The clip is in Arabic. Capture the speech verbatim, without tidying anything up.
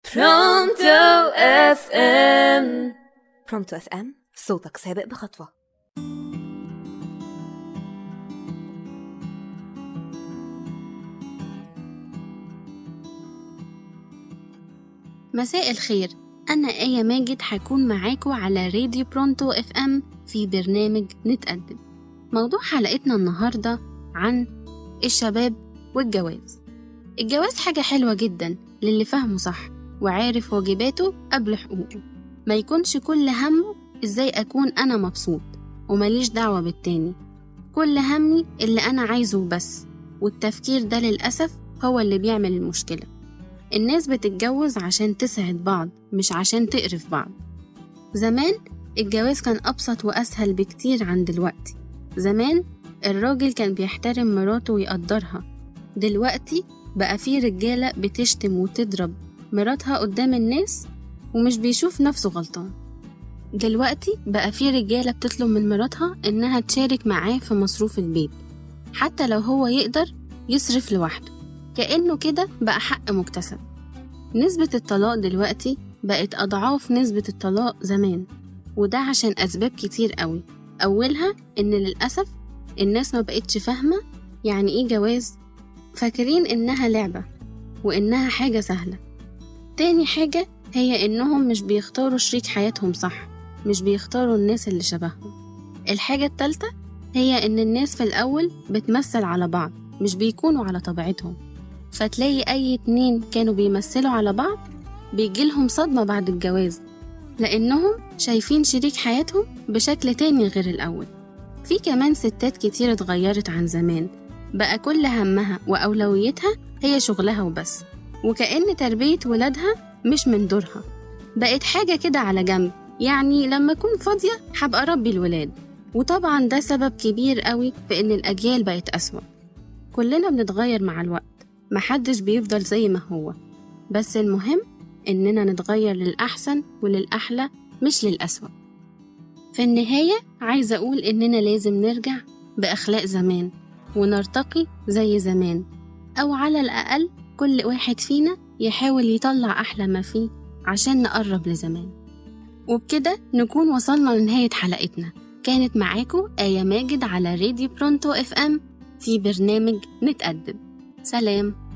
برونتو اف ام. برونتو اف ام، صوتك سابق بخطوة. مساء الخير، أنا آية ماجد حكون معاكم على راديو برونتو اف ام في برنامج نتقدم. موضوع حلقتنا النهاردة عن الشباب والجواز. الجواز حاجة حلوة جدا للي فهمه صح وعارف واجباته قبل حقوقه، ما يكونش كل همه ازاي أكون أنا مبسوط ومليش دعوة بالتاني، كل همي اللي أنا عايزه بس. والتفكير ده للأسف هو اللي بيعمل المشكلة. الناس بتتجوز عشان تسعد بعض مش عشان تقرف بعض. زمان الجواز كان أبسط وأسهل بكتير عن دلوقتي. زمان الراجل كان بيحترم مراته ويقدرها. دلوقتي بقى فيه رجالة بتشتم وتضرب مراتها قدام الناس ومش بيشوف نفسه غلطان. دلوقتي بقى فيه رجالة بتطلب من مراتها إنها تشارك معاه في مصروف البيت حتى لو هو يقدر يصرف لوحده، كأنه كده بقى حق مكتسب. نسبة الطلاق دلوقتي بقت أضعاف نسبة الطلاق زمان، وده عشان أسباب كتير قوي. أولها إن للأسف الناس ما بقتش فاهمة يعني إيه جواز، فاكرين إنها لعبة وإنها حاجة سهلة. تاني حاجة هي إنهم مش بيختاروا شريك حياتهم صح، مش بيختاروا الناس اللي شبههم. الحاجة التالتة هي إن الناس في الأول بتمثل على بعض، مش بيكونوا على طبيعتهم، فتلاقي أي اتنين كانوا بيمثلوا على بعض بيجيلهم صدمة بعد الجواز، لأنهم شايفين شريك حياتهم بشكل تاني غير الأول. في كمان ستات كتير اتغيرت عن زمان، بقى كل همها وأولويتها هي شغلها وبس، وكأن تربية ولادها مش من دورها، بقت حاجة كده على جنب. يعني لما أكون فاضية حبقى ربي الولاد. وطبعا ده سبب كبير قوي في إن الأجيال بقت أسوأ. كلنا بنتغير مع الوقت، محدش بيفضل زي ما هو، بس المهم إننا نتغير للأحسن وللأحلى مش للأسوأ. في النهاية عايزة أقول إننا لازم نرجع بأخلاق زمان ونرتقي زي زمان، أو على الأقل كل واحد فينا يحاول يطلع أحلى ما فيه عشان نقرب لزمان. وبكده نكون وصلنا لنهاية حلقتنا. كانت معاكم آية ماجد على راديو برونتو اف ام في برنامج نتقدم. سلام.